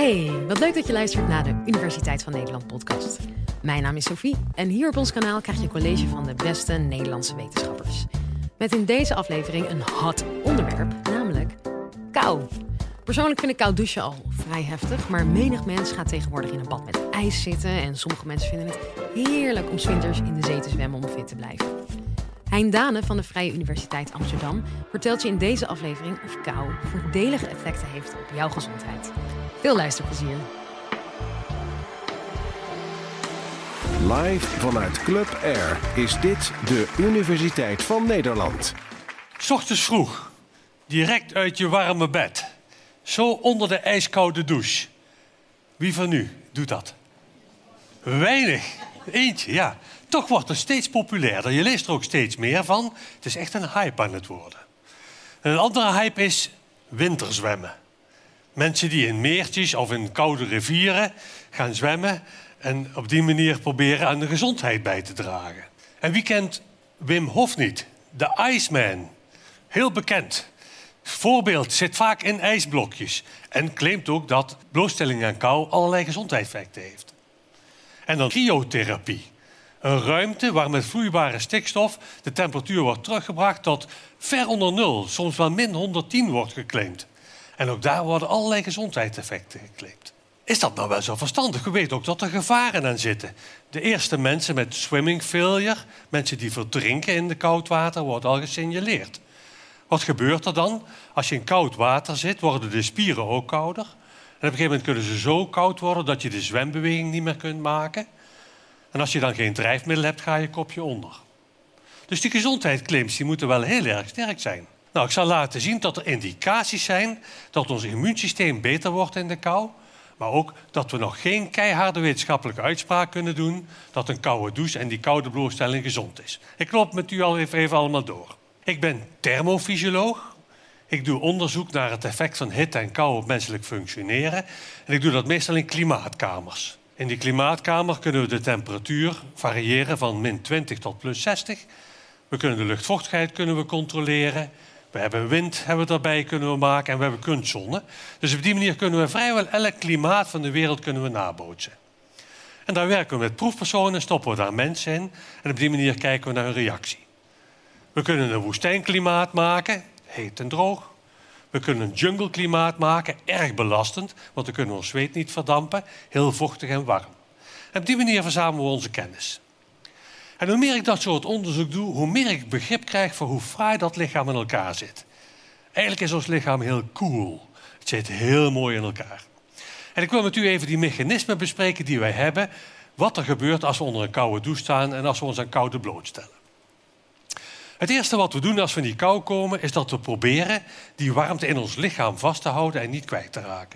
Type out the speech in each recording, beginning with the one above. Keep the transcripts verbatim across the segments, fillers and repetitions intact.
Hey, wat leuk dat je luistert naar de Universiteit van Nederland podcast. Mijn naam is Sophie en hier op ons kanaal krijg je college van de beste Nederlandse wetenschappers. Met in deze aflevering een hot onderwerp, namelijk kou. Persoonlijk vind ik koud douchen al vrij heftig, maar menig mens gaat tegenwoordig in een bad met ijs zitten en sommige mensen vinden het heerlijk om 's winters in de zee te zwemmen om fit te blijven. Hein Dane van de Vrije Universiteit Amsterdam vertelt je in deze aflevering of kou voordelige effecten heeft op jouw gezondheid. Veel luisterplezier. Live vanuit Club Air is dit de Universiteit van Nederland. 'S Ochtends vroeg, direct uit je warme bed. Zo onder de ijskoude douche. Wie van u doet dat? Weinig. Eentje, ja. Toch wordt het steeds populairder. Je leest er ook steeds meer van. Het is echt een hype aan het worden. Een andere hype is winterzwemmen. Mensen die in meertjes of in koude rivieren gaan zwemmen en op die manier proberen aan de gezondheid bij te dragen. En wie kent Wim Hof niet? De Iceman. Heel bekend. Voorbeeld zit vaak in ijsblokjes en claimt ook dat blootstelling aan kou allerlei gezondheidseffecten heeft. En dan cryotherapie. Een ruimte waar met vloeibare stikstof de temperatuur wordt teruggebracht tot ver onder nul, soms wel min honderdtien wordt geclaimd. En ook daar worden allerlei gezondheidseffecten geclaimd. Is dat nou wel zo verstandig? We weten ook dat er gevaren aan zitten. De eerste mensen met swimming failure, mensen die verdrinken in de koud water, wordt al gesignaleerd. Wat gebeurt er dan? Als je in koud water zit, worden de spieren ook kouder. En op een gegeven moment kunnen ze zo koud worden dat je de zwembeweging niet meer kunt maken. En als je dan geen drijfmiddel hebt, ga je kopje onder. Dus die gezondheidsclaims die moeten wel heel erg sterk zijn. Nou, ik zal laten zien dat er indicaties zijn dat ons immuunsysteem beter wordt in de kou. Maar ook dat we nog geen keiharde wetenschappelijke uitspraak kunnen doen dat een koude douche en die koude blootstelling gezond is. Ik loop met u al even, even allemaal door. Ik ben thermofysioloog. Ik doe onderzoek naar het effect van hitte en kou op menselijk functioneren. En ik doe dat meestal in klimaatkamers. In die klimaatkamer kunnen we de temperatuur variëren van min twintig tot plus zestig. We kunnen de luchtvochtigheid kunnen we controleren. We hebben wind hebben we erbij kunnen we maken en we hebben kunstzonne. Dus op die manier kunnen we vrijwel elk klimaat van de wereld kunnen we nabootsen. En daar werken we met proefpersonen, stoppen we daar mensen in. En op die manier kijken we naar hun reactie. We kunnen een woestijnklimaat maken, heet en droog. We kunnen een jungleklimaat maken, erg belastend, want dan kunnen we ons zweet niet verdampen, heel vochtig en warm. En op die manier verzamelen we onze kennis. En hoe meer ik dat soort onderzoek doe, hoe meer ik begrip krijg voor hoe fraai dat lichaam in elkaar zit. Eigenlijk is ons lichaam heel cool. Het zit heel mooi in elkaar. En ik wil met u even die mechanismen bespreken die wij hebben, wat er gebeurt als we onder een koude douche staan en als we ons aan koude blootstellen. Het eerste wat we doen als we in die kou komen, is dat we proberen die warmte in ons lichaam vast te houden en niet kwijt te raken.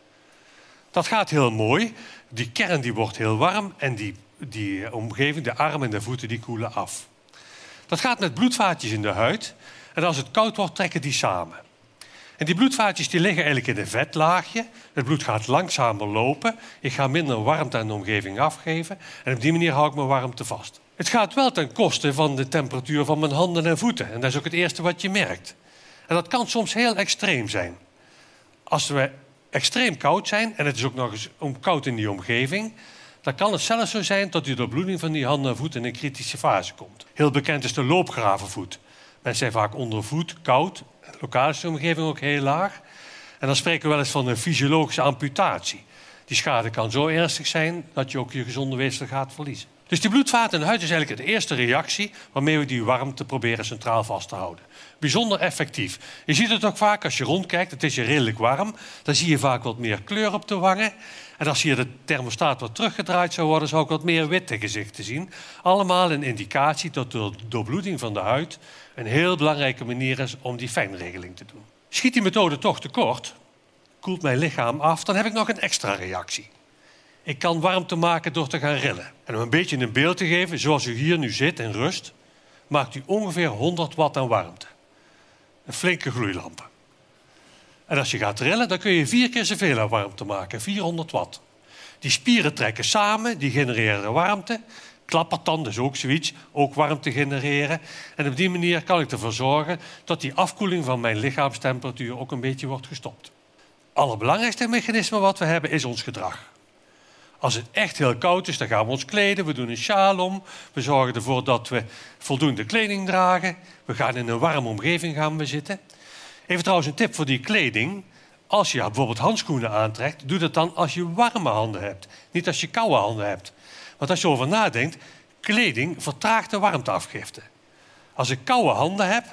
Dat gaat heel mooi. Die kern die wordt heel warm en die, die omgeving, de armen en de voeten, die koelen af. Dat gaat met bloedvaatjes in de huid. En als het koud wordt, trekken die samen. En die bloedvaatjes die liggen eigenlijk in een vetlaagje. Het bloed gaat langzamer lopen. Ik ga minder warmte aan de omgeving afgeven. En op die manier hou ik mijn warmte vast. Het gaat wel ten koste van de temperatuur van mijn handen en voeten. En dat is ook het eerste wat je merkt. En dat kan soms heel extreem zijn. Als we extreem koud zijn, en het is ook nog eens koud in die omgeving, dan kan het zelfs zo zijn dat die doorbloeding van die handen en voeten in een kritische fase komt. Heel bekend is de loopgravenvoet. Mensen zijn vaak onder voet koud, lokaal is de omgeving ook heel laag. En dan spreken we wel eens van een fysiologische amputatie. Die schade kan zo ernstig zijn dat je ook je gezonde weefsel gaat verliezen. Dus die bloedvaten in de huid is eigenlijk de eerste reactie waarmee we die warmte proberen centraal vast te houden. Bijzonder effectief. Je ziet het ook vaak als je rondkijkt, het is hier redelijk warm. Dan zie je vaak wat meer kleur op de wangen. En als hier de thermostaat wat teruggedraaid zou worden, zou ik wat meer witte gezichten zien. Allemaal een indicatie dat de doorbloeding van de huid een heel belangrijke manier is om die fijnregeling te doen. Schiet die methode toch tekort, koelt mijn lichaam af, dan heb ik nog een extra reactie. Ik kan warmte maken door te gaan rillen. En om een beetje een beeld te geven, zoals u hier nu zit in rust, maakt u ongeveer honderd watt aan warmte. Een flinke gloeilamp. En als je gaat trillen, dan kun je vier keer zoveel aan warmte maken, vierhonderd watt. Die spieren trekken samen, die genereren warmte. Klappertand is ook zoiets, ook warmte genereren. En op die manier kan ik ervoor zorgen dat die afkoeling van mijn lichaamstemperatuur ook een beetje wordt gestopt. allerbelangrijkste mechanisme wat we hebben is ons gedrag. Als het echt heel koud is, dan gaan we ons kleden. We doen een sjaal om. We zorgen ervoor dat we voldoende kleding dragen. We gaan in een warme omgeving gaan we zitten. Even trouwens een tip voor die kleding. Als je bijvoorbeeld handschoenen aantrekt, doe dat dan als je warme handen hebt. Niet als je koude handen hebt. Want als je erover nadenkt, kleding vertraagt de warmteafgifte. Als ik koude handen heb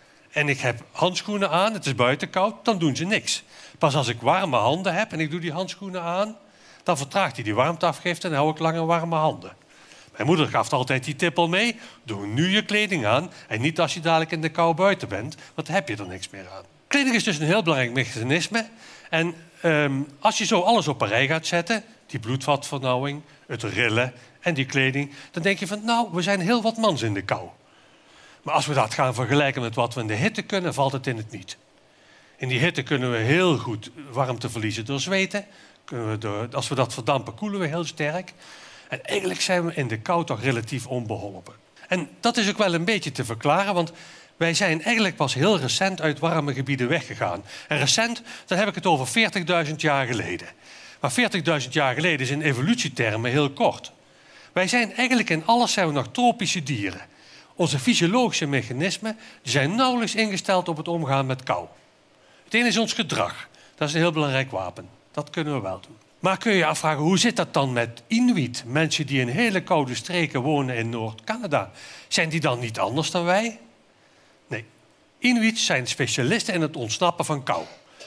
en ik heb handschoenen aan, het is buiten koud, dan doen ze niks. Pas als ik warme handen heb en ik doe die handschoenen aan, dan vertraagt hij die warmteafgifte en dan hou ik langer warme handen. Mijn moeder gaf altijd die tip al mee. Doe nu je kleding aan en niet als je dadelijk in de kou buiten bent, want dan heb je er niks meer aan. Kleding is dus een heel belangrijk mechanisme. En um, als je zo alles op een rij gaat zetten, die bloedvatvernauwing, het rillen en die kleding, dan denk je van, nou, we zijn heel wat mans in de kou. Maar als we dat gaan vergelijken met wat we in de hitte kunnen, valt het in het niet. In die hitte kunnen we heel goed warmte verliezen door zweten. Kunnen we door, als we dat verdampen, koelen we heel sterk. En eigenlijk zijn we in de kou toch relatief onbeholpen. En dat is ook wel een beetje te verklaren, want wij zijn eigenlijk pas heel recent uit warme gebieden weggegaan. En recent, dan heb ik het over veertigduizend jaar geleden. Maar veertigduizend jaar geleden is in evolutietermen heel kort. Wij zijn eigenlijk in alles zijn we nog tropische dieren. Onze fysiologische mechanismen zijn nauwelijks ingesteld op het omgaan met kou. Het ene is ons gedrag. Dat is een heel belangrijk wapen. Dat kunnen we wel doen. Maar kun je je afvragen, hoe zit dat dan met Inuit? Mensen die in hele koude streken wonen in Noord-Canada. Zijn die dan niet anders dan wij? Nee. Inuit zijn specialisten in het ontsnappen van kou.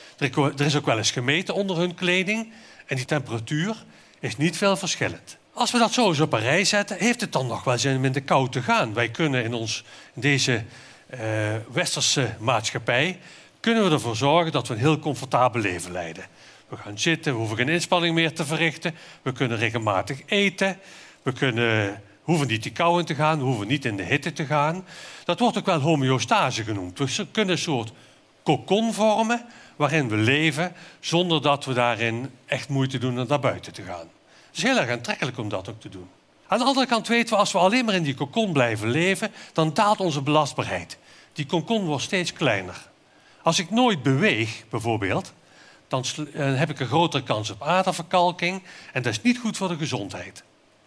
Er is ook wel eens gemeten onder hun kleding. En die temperatuur is niet veel verschillend. Als we dat zo eens op een rij zetten, heeft het dan nog wel zin om in de kou te gaan? Wij kunnen in, ons, in deze uh, westerse maatschappij kunnen we ervoor zorgen dat we een heel comfortabel leven leiden. We gaan zitten, we hoeven geen inspanning meer te verrichten. We kunnen regelmatig eten. We kunnen, hoeven niet die kou in te gaan, we hoeven niet in de hitte te gaan. Dat wordt ook wel homeostase genoemd. We kunnen een soort kokon vormen waarin we leven zonder dat we daarin echt moeite doen om naar buiten te gaan. Het is heel erg aantrekkelijk om dat ook te doen. Aan de andere kant weten we, als we alleen maar in die kokon blijven leven, dan daalt onze belastbaarheid. Die kokon wordt steeds kleiner. Als ik nooit beweeg, bijvoorbeeld, dan heb ik een grotere kans op aderverkalking en dat is niet goed voor de gezondheid.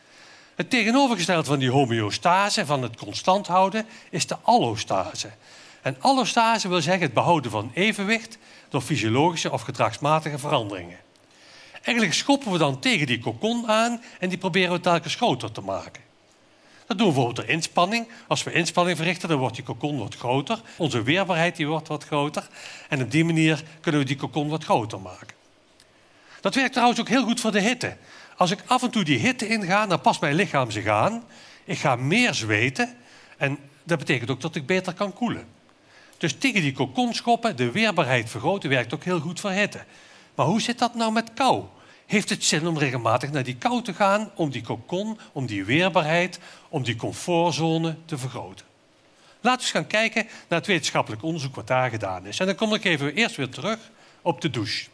Het tegenovergestelde van die homeostase, van het constant houden, is de allostase. En allostase wil zeggen het behouden van evenwicht door fysiologische of gedragsmatige veranderingen. Eigenlijk schoppen we dan tegen die kokon aan en die proberen we telkens groter te maken. Dat doen we bijvoorbeeld door inspanning. Als we inspanning verrichten, dan wordt die kokon wat groter. Onze weerbaarheid die wordt wat groter. En op die manier kunnen we die kokon wat groter maken. Dat werkt trouwens ook heel goed voor de hitte. Als ik af en toe die hitte inga, dan past mijn lichaam zich aan. Ik ga meer zweten en dat betekent ook dat ik beter kan koelen. Dus tegen die kokon schoppen, de weerbaarheid vergroten, werkt ook heel goed voor hitte. Maar hoe zit dat nou met kou? Heeft het zin om regelmatig naar die kou te gaan, om die kokon, om die weerbaarheid, om die comfortzone te vergroten? Laten we eens gaan kijken naar het wetenschappelijk onderzoek wat daar gedaan is. En dan kom ik even eerst weer terug op de douche.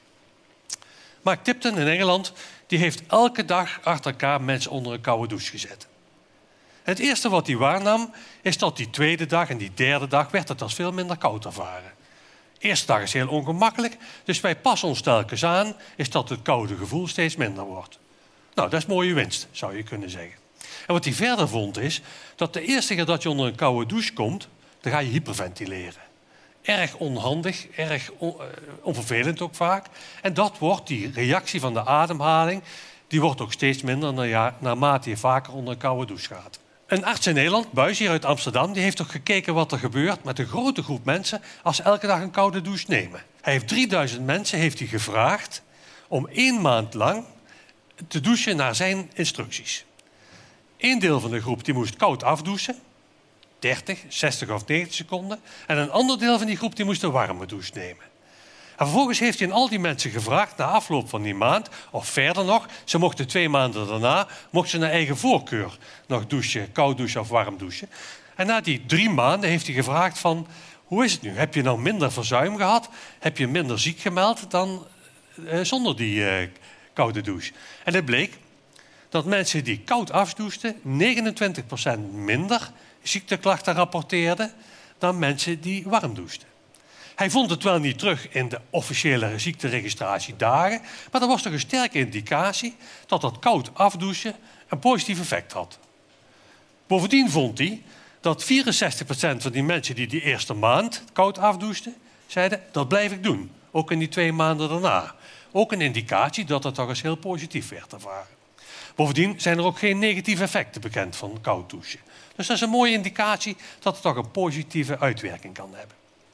Mark Tipton in Engeland die heeft elke dag achter elkaar mensen onder een koude douche gezet. En het eerste wat hij waarnam is dat die tweede dag en die derde dag werd het als veel minder koud ervaren. De eerste dag is heel ongemakkelijk, dus wij passen ons telkens aan, is dat het koude gevoel steeds minder wordt. Nou, dat is mooie winst, zou je kunnen zeggen. En wat hij verder vond is, dat de eerste keer dat je onder een koude douche komt, dan ga je hyperventileren. Erg onhandig, erg on, uh, onvervelend ook vaak. En dat wordt, die reactie van de ademhaling, die wordt ook steeds minder na, ja, naarmate je vaker onder een koude douche gaat. Een arts in Nederland, Buijs hier uit Amsterdam, die heeft ook gekeken wat er gebeurt met een grote groep mensen als ze elke dag een koude douche nemen. Hij heeft drieduizend mensen heeft hij gevraagd om één maand lang te douchen naar zijn instructies. Eén deel van de groep die moest koud afdouchen, dertig, zestig of negentig seconden. En een ander deel van die groep die moest een warme douche nemen. En vervolgens heeft hij aan al die mensen gevraagd, na afloop van die maand, of verder nog, ze mochten twee maanden daarna, mochten ze naar eigen voorkeur nog douchen, koud douchen of warm douchen. En na die drie maanden heeft hij gevraagd van, hoe is het nu? Heb je nou minder verzuim gehad? Heb je minder ziek gemeld dan uh, zonder die uh, koude douche? En het bleek dat mensen die koud afdouchten negenentwintig procent minder ziekteklachten rapporteerden dan mensen die warm douchten. Hij vond het wel niet terug in de officiële ziekteregistratiedagen, maar er was toch een sterke indicatie dat dat koud afdouchen een positief effect had. Bovendien vond hij dat vierenzestig procent van die mensen die die eerste maand koud afdouchten, zeiden dat blijf ik doen, ook in die twee maanden daarna. Ook een indicatie dat het toch eens heel positief werd ervaren. Bovendien zijn er ook geen negatieve effecten bekend van koud douchen. Dus dat is een mooie indicatie dat het toch een positieve uitwerking kan hebben.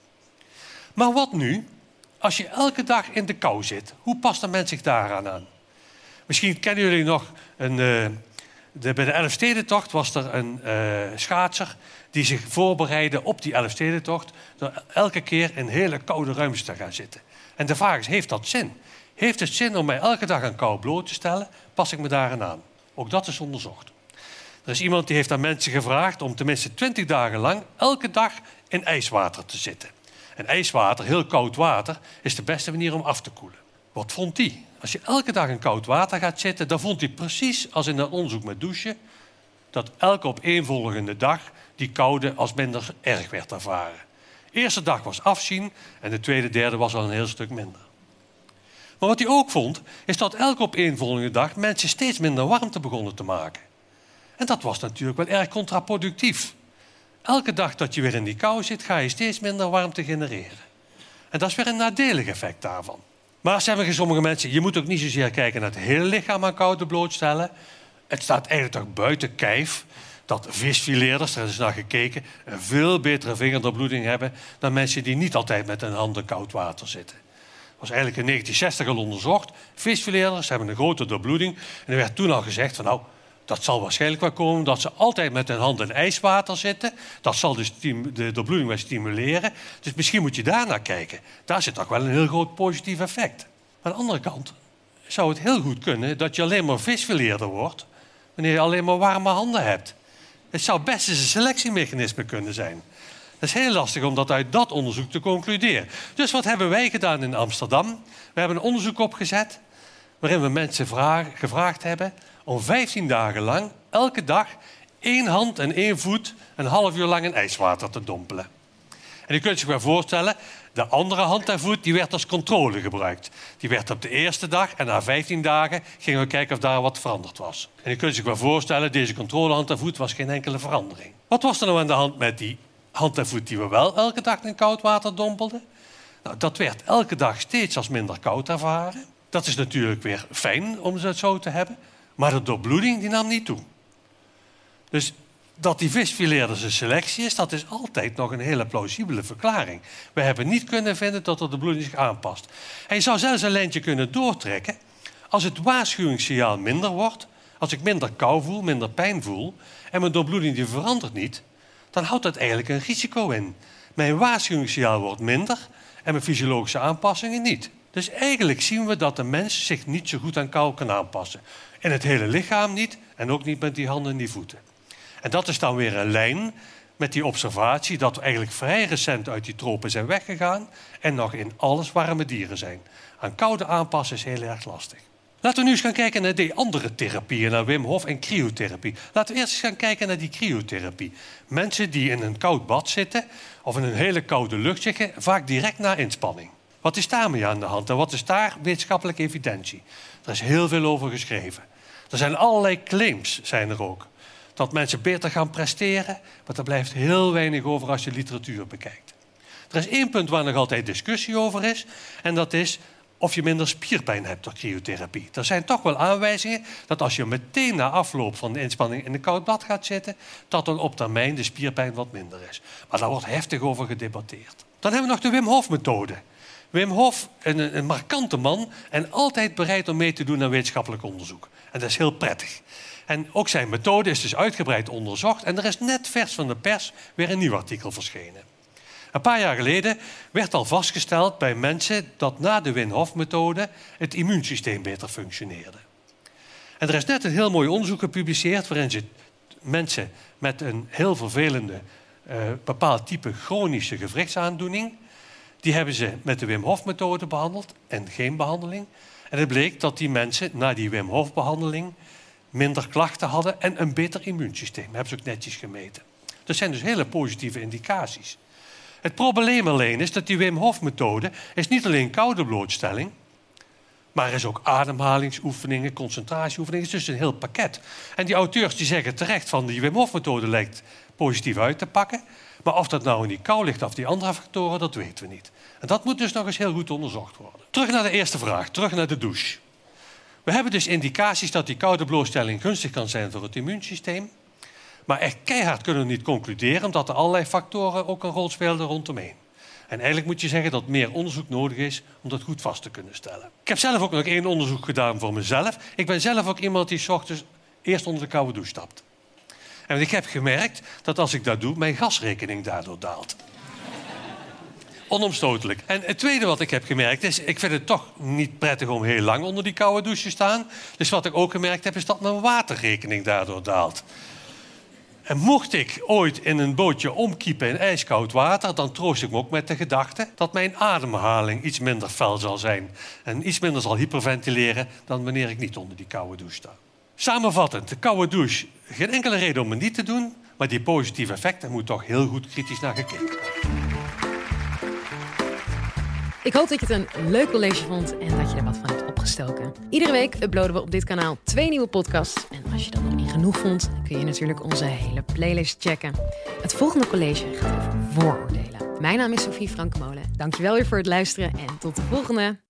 Maar wat nu als je elke dag in de kou zit? Hoe past een mens zich daaraan aan? Misschien kennen jullie nog, een, uh, de, bij de Elfstedentocht was er een uh, schaatser die zich voorbereidde op die Elfstedentocht door elke keer in hele koude ruimtes te gaan zitten. En de vraag is, heeft dat zin? Heeft het zin om mij elke dag aan kou bloot te stellen? Pas ik me daaraan aan? Ook dat is onderzocht. Er is iemand die heeft aan mensen gevraagd om tenminste twintig dagen lang elke dag in ijswater te zitten. En ijswater, heel koud water, is de beste manier om af te koelen. Wat vond hij? Als je elke dag in koud water gaat zitten, dan vond hij precies als in dat onderzoek met douchen, dat elke opeenvolgende dag die koude als minder erg werd ervaren. De eerste dag was afzien en de tweede, derde was al een heel stuk minder. Maar wat hij ook vond, is dat elke opeenvolgende dag mensen steeds minder warmte begonnen te maken. En dat was natuurlijk wel erg contraproductief. Elke dag dat je weer in die kou zit, ga je steeds minder warmte genereren. En dat is weer een nadelig effect daarvan. Maar zeggen sommige mensen, je moet ook niet zozeer kijken naar het hele lichaam aan koude blootstellen. Het staat eigenlijk toch buiten kijf dat visfileerders, daar is naar gekeken, een veel betere vingerdoorbloeding hebben dan mensen die niet altijd met hun handen in koud water zitten. Dat was eigenlijk in negentien zestig al onderzocht. Visfileerders hebben een grote doorbloeding. En er werd toen al gezegd van nou, dat zal waarschijnlijk wel komen dat ze altijd met hun handen in ijswater zitten. Dat zal de, de doorbloeding wel stimuleren. Dus misschien moet je daar naar kijken. Daar zit toch wel een heel groot positief effect. Aan de andere kant zou het heel goed kunnen dat je alleen maar visfileerder wordt wanneer je alleen maar warme handen hebt. Het zou best eens een selectiemechanisme kunnen zijn. Dat is heel lastig om dat uit dat onderzoek te concluderen. Dus wat hebben wij gedaan in Amsterdam? We hebben een onderzoek opgezet waarin we mensen vraag, gevraagd hebben om vijftien dagen lang elke dag één hand en één voet een half uur lang in ijswater te dompelen. En je kunt zich wel voorstellen, de andere hand en voet die werd als controle gebruikt. Die werd op de eerste dag en na vijftien dagen gingen we kijken of daar wat veranderd was. En je kunt zich wel voorstellen, deze controlehand en voet was geen enkele verandering. Wat was er nou aan de hand met die hand en voet die we wel elke dag in koud water dompelden? Nou, dat werd elke dag steeds als minder koud ervaren. Dat is natuurlijk weer fijn om het zo te hebben. Maar de doorbloeding die nam niet toe. Dus dat die visfileerders een selectie is, dat is altijd nog een hele plausibele verklaring. We hebben niet kunnen vinden dat er de bloeding zich aanpast. En je zou zelfs een lijntje kunnen doortrekken. Als het waarschuwingssignaal minder wordt, als ik minder kou voel, minder pijn voel en mijn doorbloeding die verandert niet, dan houdt dat eigenlijk een risico in. Mijn waarschuwingssignaal wordt minder en mijn fysiologische aanpassingen niet. Dus eigenlijk zien we dat de mens zich niet zo goed aan kou kan aanpassen. In het hele lichaam niet en ook niet met die handen en die voeten. En dat is dan weer een lijn met die observatie dat we eigenlijk vrij recent uit die tropen zijn weggegaan en nog in alles warme dieren zijn. Aan koude aanpassen is heel erg lastig. Laten we nu eens gaan kijken naar die andere therapieën, naar Wim Hof en cryotherapie. Laten we eerst eens gaan kijken naar die cryotherapie. Mensen die in een koud bad zitten of in een hele koude lucht zitten, vaak direct na inspanning. Wat is daarmee aan de hand en wat is daar wetenschappelijke evidentie? Er is heel veel over geschreven. Er zijn allerlei claims, zijn er ook. Dat mensen beter gaan presteren, maar er blijft heel weinig over als je literatuur bekijkt. Er is één punt waar nog altijd discussie over is, en dat is of je minder spierpijn hebt door cryotherapie. Er zijn toch wel aanwijzingen dat als je meteen na afloop van de inspanning in een koud bad gaat zitten, dat dan op termijn de spierpijn wat minder is. Maar daar wordt heftig over gedebatteerd. Dan hebben we nog de Wim Hof-methode. Wim Hof, een, een markante man en altijd bereid om mee te doen aan wetenschappelijk onderzoek. En dat is heel prettig. En ook zijn methode is dus uitgebreid onderzocht en er is net vers van de pers weer een nieuw artikel verschenen. Een paar jaar geleden werd al vastgesteld bij mensen dat na de Wim Hof-methode het immuunsysteem beter functioneerde. En er is net een heel mooi onderzoek gepubliceerd waarin ze mensen met een heel vervelende, uh, bepaald type chronische gewrichtsaandoening, die hebben ze met de Wim Hof-methode behandeld en geen behandeling. En het bleek dat die mensen na die Wim Hof-behandeling minder klachten hadden en een beter immuunsysteem. Dat hebben ze ook netjes gemeten. Dat zijn dus hele positieve indicaties. Het probleem alleen is dat die Wim Hof-methode is niet alleen koude blootstelling, maar er is ook ademhalingsoefeningen, concentratieoefeningen. Het is dus een heel pakket. En die auteurs die zeggen terecht van die Wim Hof-methode lijkt positief uit te pakken. Maar of dat nou in die kou ligt of die andere factoren, dat weten we niet. En dat moet dus nog eens heel goed onderzocht worden. Terug naar de eerste vraag, terug naar de douche. We hebben dus indicaties dat die koude blootstelling gunstig kan zijn voor het immuunsysteem. Maar echt keihard kunnen we niet concluderen, omdat er allerlei factoren ook een rol spelen rondomheen. En eigenlijk moet je zeggen dat meer onderzoek nodig is om dat goed vast te kunnen stellen. Ik heb zelf ook nog één onderzoek gedaan voor mezelf. Ik ben zelf ook iemand die 's ochtends eerst onder de koude douche stapt. En ik heb gemerkt dat als ik dat doe, mijn gasrekening daardoor daalt. Onomstotelijk. En het tweede wat ik heb gemerkt is, ik vind het toch niet prettig om heel lang onder die koude douche te staan. Dus wat ik ook gemerkt heb, is dat mijn waterrekening daardoor daalt. En mocht ik ooit in een bootje omkiepen in ijskoud water, dan troost ik me ook met de gedachte dat mijn ademhaling iets minder fel zal zijn. En iets minder zal hyperventileren dan wanneer ik niet onder die koude douche sta. Samenvattend, de koude douche, geen enkele reden om het niet te doen, maar die positieve effecten moet toch heel goed kritisch naar gekeken worden. Ik hoop dat je het een leuk college vond en dat je er wat van hebt opgestoken. Iedere week uploaden we op dit kanaal twee nieuwe podcasts. En als je dat nog niet genoeg vond, kun je natuurlijk onze hele playlist checken. Het volgende college gaat over vooroordelen. Mijn naam is Sophie Frankemolen. Dankjewel weer voor het luisteren en tot de volgende.